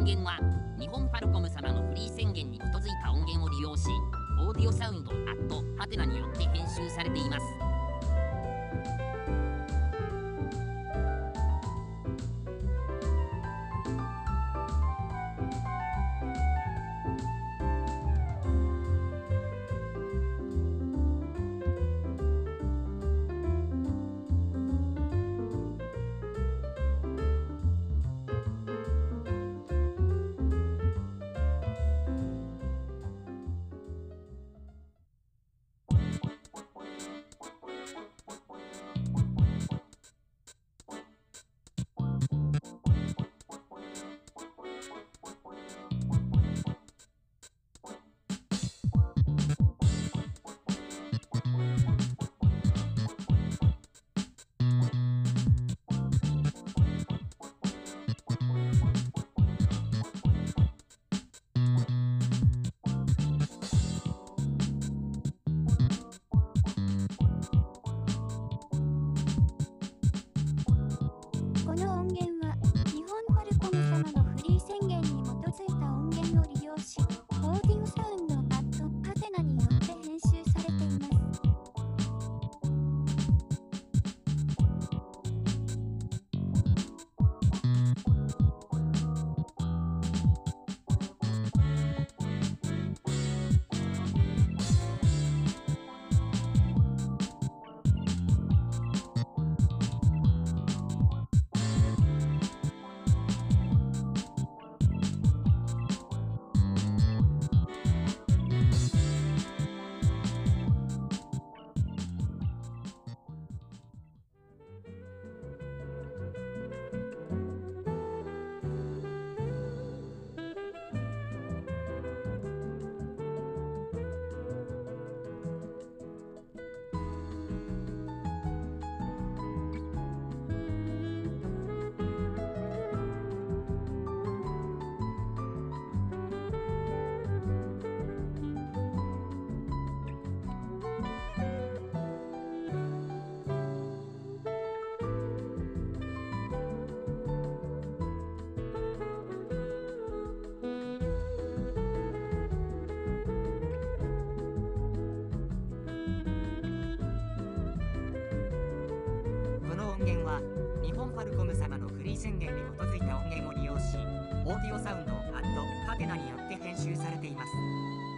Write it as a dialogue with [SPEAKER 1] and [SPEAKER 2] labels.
[SPEAKER 1] 音源は日本ファルコム様のフリー宣言に基づいた音源を利用し、オーディオサウンドハテナによって編集されています。
[SPEAKER 2] この音源は日本ファルコム様のフリー宣言に基づいた音源を利用し、オーディオサウンドハテナによって編集されています。
[SPEAKER 3] この音源は日本ファルコム様のフリー宣言に基づいた音源を利用し、オーディオサウンドハテナによって編集されています。